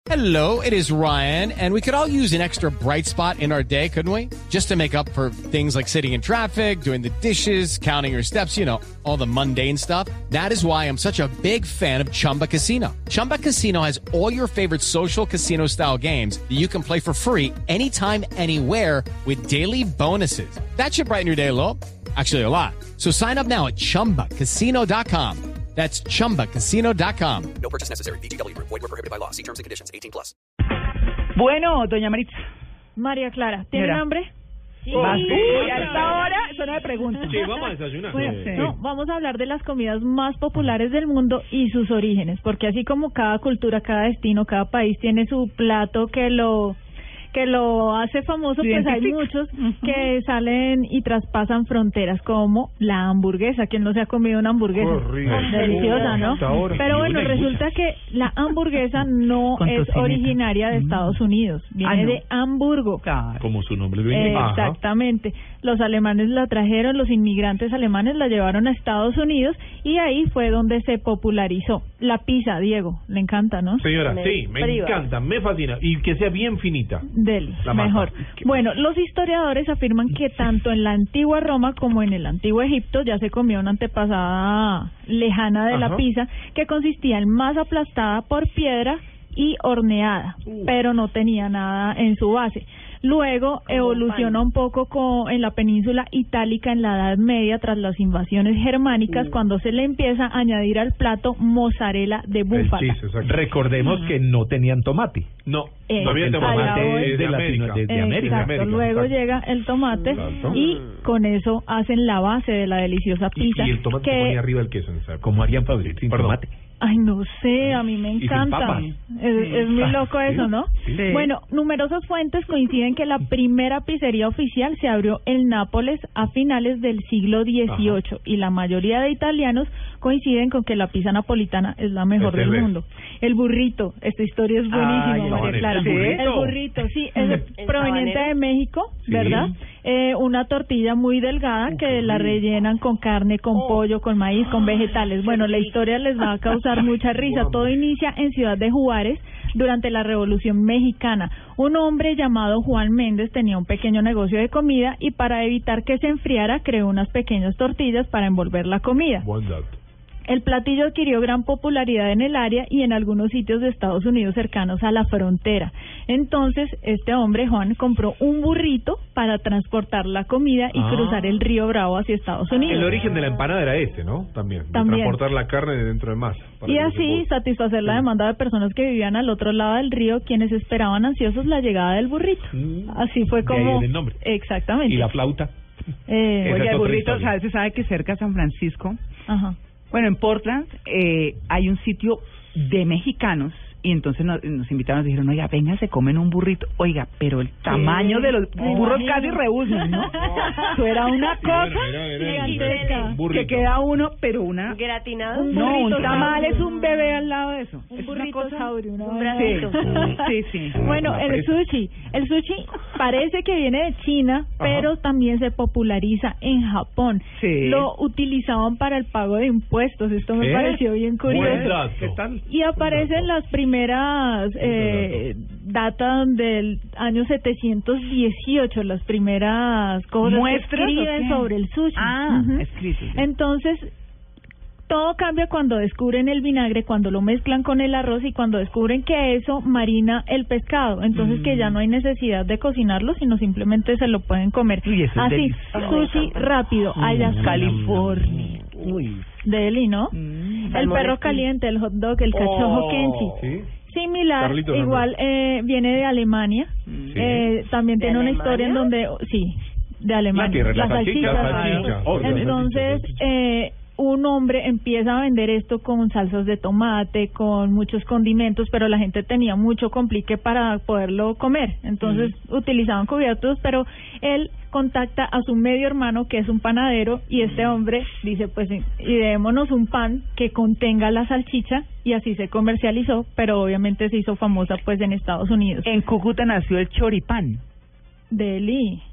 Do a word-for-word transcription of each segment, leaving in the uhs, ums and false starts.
Hello, it is Ryan, and we could all use an extra bright spot in our day, couldn't we? Just to make up for things like sitting in traffic, doing the dishes, counting your steps, you know, all the mundane stuff. That is why I'm such a big fan of Chumba Casino. Chumba Casino has all your favorite social casino-style games that you can play for free anytime, anywhere with daily bonuses. That should brighten your day a little. Actually, a lot. So sign up now at chumba casino dot com. That's chumba casino dot com. No purchase necessary. V G W Group. Void where prohibited by law. See terms and conditions. eighteen plus. Bueno, doña Maritza. María Clara, ¿tiene Mira. hambre? Sí. Uy, a esta hora, eso no me pregunto. Sí, vamos a desayunar. Bueno, Sí. no, vamos a hablar de las comidas más populares del mundo y sus orígenes, porque así como cada cultura, cada destino, cada país tiene su plato que lo que lo hace famoso, pues hay muchos que salen y traspasan fronteras, como la hamburguesa. ¿Quién no se ha comido una hamburguesa? Horrible. Deliciosa, ¿no? Hasta ahora. Pero Y bueno, una y resulta muchas. que la hamburguesa no Con es tocineta. originaria de Estados Unidos, viene Ah, ¿no? de Hamburgo. Claro. Como su nombre lo Eh, indica. Ajá. Exactamente. Los alemanes la trajeron, los inmigrantes alemanes la llevaron a Estados Unidos y ahí fue donde se popularizó. La pizza, Diego, le encanta, ¿no? Señora, sí, me Priva. encanta, me fascina. Y que sea bien finita. Deli, La masa. mejor. Bueno, los historiadores afirman que tanto en la antigua Roma como en el antiguo Egipto ya se comió una antepasada lejana de la Ajá. pizza que consistía en masa aplastada por piedra y horneada, Uh. pero no tenía nada en su base. Luego evoluciona un poco con, en la península itálica en la Edad Media tras las invasiones germánicas, Uh. cuando se le empieza a añadir al plato mozzarella de búfala. Recordemos que no tenían tomate. No, Eh, no había el tomate tomate de, es de de América. Latino- de- de América. Exacto, América, luego exacto. llega el tomate Exacto. y con eso hacen la base de la deliciosa Y, pizza. y el tomate que, se ponía arriba del queso en esa época. ¿Cómo harían fabricar sin Perdón. tomate? Ay, no sé, a mí me Y sin encanta. papas. Es, es muy Ah, loco sí, eso, ¿no? sí. Sí. Bueno, numerosas fuentes coinciden que la primera pizzería oficial se abrió en Nápoles a finales del siglo dieciocho y la mayoría de italianos coinciden con que la pizza napolitana es la mejor Ese del es. mundo. El burrito, esta historia es buenísima, Ay, María Juanes, Clara. ¿el burrito? El burrito, sí, es proveniente de México, Sí. ¿verdad? Eh, una tortilla muy delgada que la rellenan con carne, con pollo, con maíz, con vegetales. Bueno, la historia les va a causar mucha risa. Todo inicia en Ciudad de Juárez durante la Revolución Mexicana. Un hombre llamado Juan Méndez tenía un pequeño negocio de comida y para evitar que se enfriara creó unas pequeñas tortillas para envolver la comida. Buen dato. El platillo adquirió gran popularidad en el área y en algunos sitios de Estados Unidos cercanos a la frontera. Entonces, este hombre, Juan, compró un burrito para transportar la comida y Ah. cruzar el río Bravo hacia Estados Unidos. El origen de la empanada era ese, ¿no? También. de También. transportar la carne de dentro de masa. para Y que se así pueda- satisfacer la Sí. demanda de personas que vivían al otro lado del río, quienes esperaban ansiosos la llegada del burrito. Mm. Así fue De ahí como... el nombre. Exactamente. ¿Y la flauta? Eh, Esa Oye, es el otra burrito, historia. ¿sabes? Se sabe que cerca de San Francisco, Ajá. bueno, en Portland, eh, hay un sitio de mexicanos. Y entonces nos, nos invitaron, nos dijeron, oiga, venga, se comen un burrito. Oiga, pero el tamaño de los Me burros imagino. casi rebuznan, ¿no? Eso era una cosa Era- era- era- gigantesca. un que burrito. queda uno, pero una... Gratinado. Un No, un burrito tamal saurio. es un bebé al lado de eso. Un Es una burrito cosa... saurio, una Un vaina. bracito. Sí, sí. Bueno, La el presa. sushi. El sushi parece que viene de China, pero también se populariza en Japón. Sí. Lo utilizaban para el pago de impuestos. Esto me ¿Eh? pareció bien Buen curioso. dato. ¿Qué tal? Y aparecen las primeras eh, datas del año setecientos dieciocho, las primeras cosas que ¿Muestras o escriben qué? sobre el sushi. Ah, Ujú. escritos. Entonces, todo cambia cuando descubren el vinagre, cuando lo mezclan con el arroz y cuando descubren que eso marina el pescado. Entonces Mm. que ya no hay necesidad de cocinarlo, sino simplemente se lo pueden comer. Uy, eso es Así, delicioso. sushi rápido, allá Mm. California. Uy. Deli, ¿no? Mm. El perro caliente, el hot dog, el cachojo kenchi. ¿Sí? Similar, Carlitos igual eh, viene de Alemania. Sí. Eh, también ¿De tiene una Alemania? historia en donde, sí, de Alemania. La tierra, la Las salchicha, salchichas. la salchicha. Oh, las Entonces, salchichas, salchichas. eh, un hombre empieza a vender esto con salsas de tomate, con muchos condimentos, pero la gente tenía mucho complique para poderlo comer. Entonces, utilizaban cubiertos, pero él contacta a su medio hermano, que es un panadero, y este hombre dice, pues, ideémonos un pan que contenga la salchicha, y así se comercializó, pero obviamente se hizo famosa, pues, en Estados Unidos. En Cúcuta nació el choripán. Deli.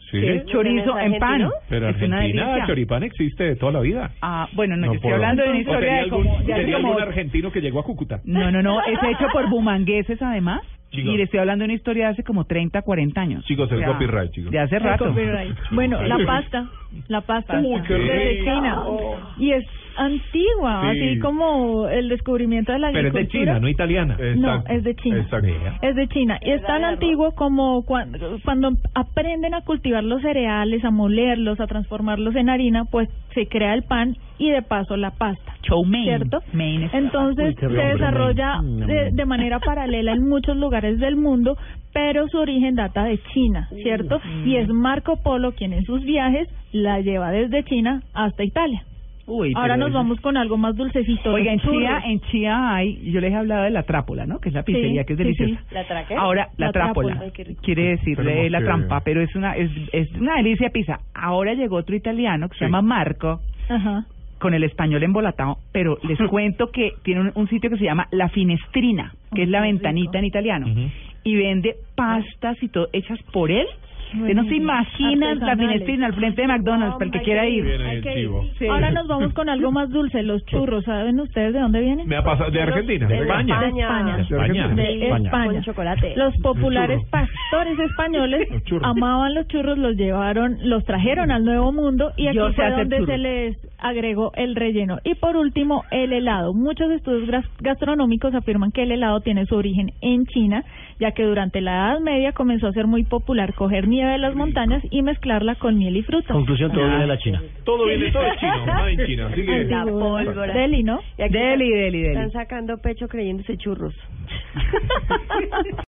Sí. que es chorizo en pan. Pero es una Argentina, delicia. choripán existe de toda la vida. Ah, bueno, no, No yo estoy puedo. hablando de una ¿O historia tenía de algún, como... de hace tenía como- algún argentino que llegó a Cúcuta? No, no, no, es hecho por bumangueses además. Chicos. Y le estoy hablando de una historia de hace como treinta, cuarenta años. Chicos, el O sea, copyright, chicos. De hace El rato. copyright. Bueno, la pasta, la pasta Uy, qué desde rico. China y es antigua, Sí. así como el descubrimiento de la Pero es de agricultura. China, no italiana. No, Exacto, es de China. Exacto. Es de China y es tan antiguo como cuando, cuando aprenden a cultivar los cereales, a molerlos, a transformarlos en harina, pues se crea el pan y de paso la pasta. Chow mein. ¿Cierto? Mein es- Entonces Uy, qué se rico, desarrolla mein. de, de manera paralela en muchos lugares del mundo, pero su origen data de China, ¿cierto? Y es Marco Polo quien en sus viajes la lleva desde China hasta Italia. Uy, Ahora pero nos eso- vamos con algo más dulcecito. Oiga, en los churros. Chía, en Chía hay, yo les he hablado de la trápola, ¿no? Que es la pizzería Sí, que es sí, deliciosa. sí. ¿La traque? Ahora, la, La trápola, trápola. Ay, qué rico. quiere decirle Esperemos la que- trampa, pero es una es, es una delicia pizza. Ahora llegó otro italiano que se Sí. llama Marco, Ajá. con el español embolatado, pero les cuento que tiene un, un sitio que se llama La Finestrina, que es la Qué ventanita rico. en italiano, Ujú. y vende pastas y todo hechas por él. Ustedes no se imaginan la Artesanales. Finestrina al frente de McDonald's, para el que Hay quiera que ir. Viene hay el que chivo. ir. Sí. Ahora nos vamos con algo más dulce, los churros. ¿Saben ustedes de dónde vienen? Me ha pasado de Argentina. De de España. De España. España. De España. De De España. España. Con chocolate. Los populares churro. pastores españoles Los churros. amaban los churros, los llevaron, los trajeron al Nuevo Mundo y aquí Yo sé fue hacer donde churros. se les agregó el relleno. Y por último, el helado. Muchos estudios gras- gastronómicos afirman que el helado tiene su origen en China, ya que durante la Edad Media comenzó a ser muy popular coger nieve de las montañas y mezclarla con miel y frutas. Conclusión, todo viene de la China. Todo viene, todo es chino, nada en China. Así que... La pólvora. Deli, ¿no? Y aquí Deli, deli, deli. están sacando pecho creyéndose churros.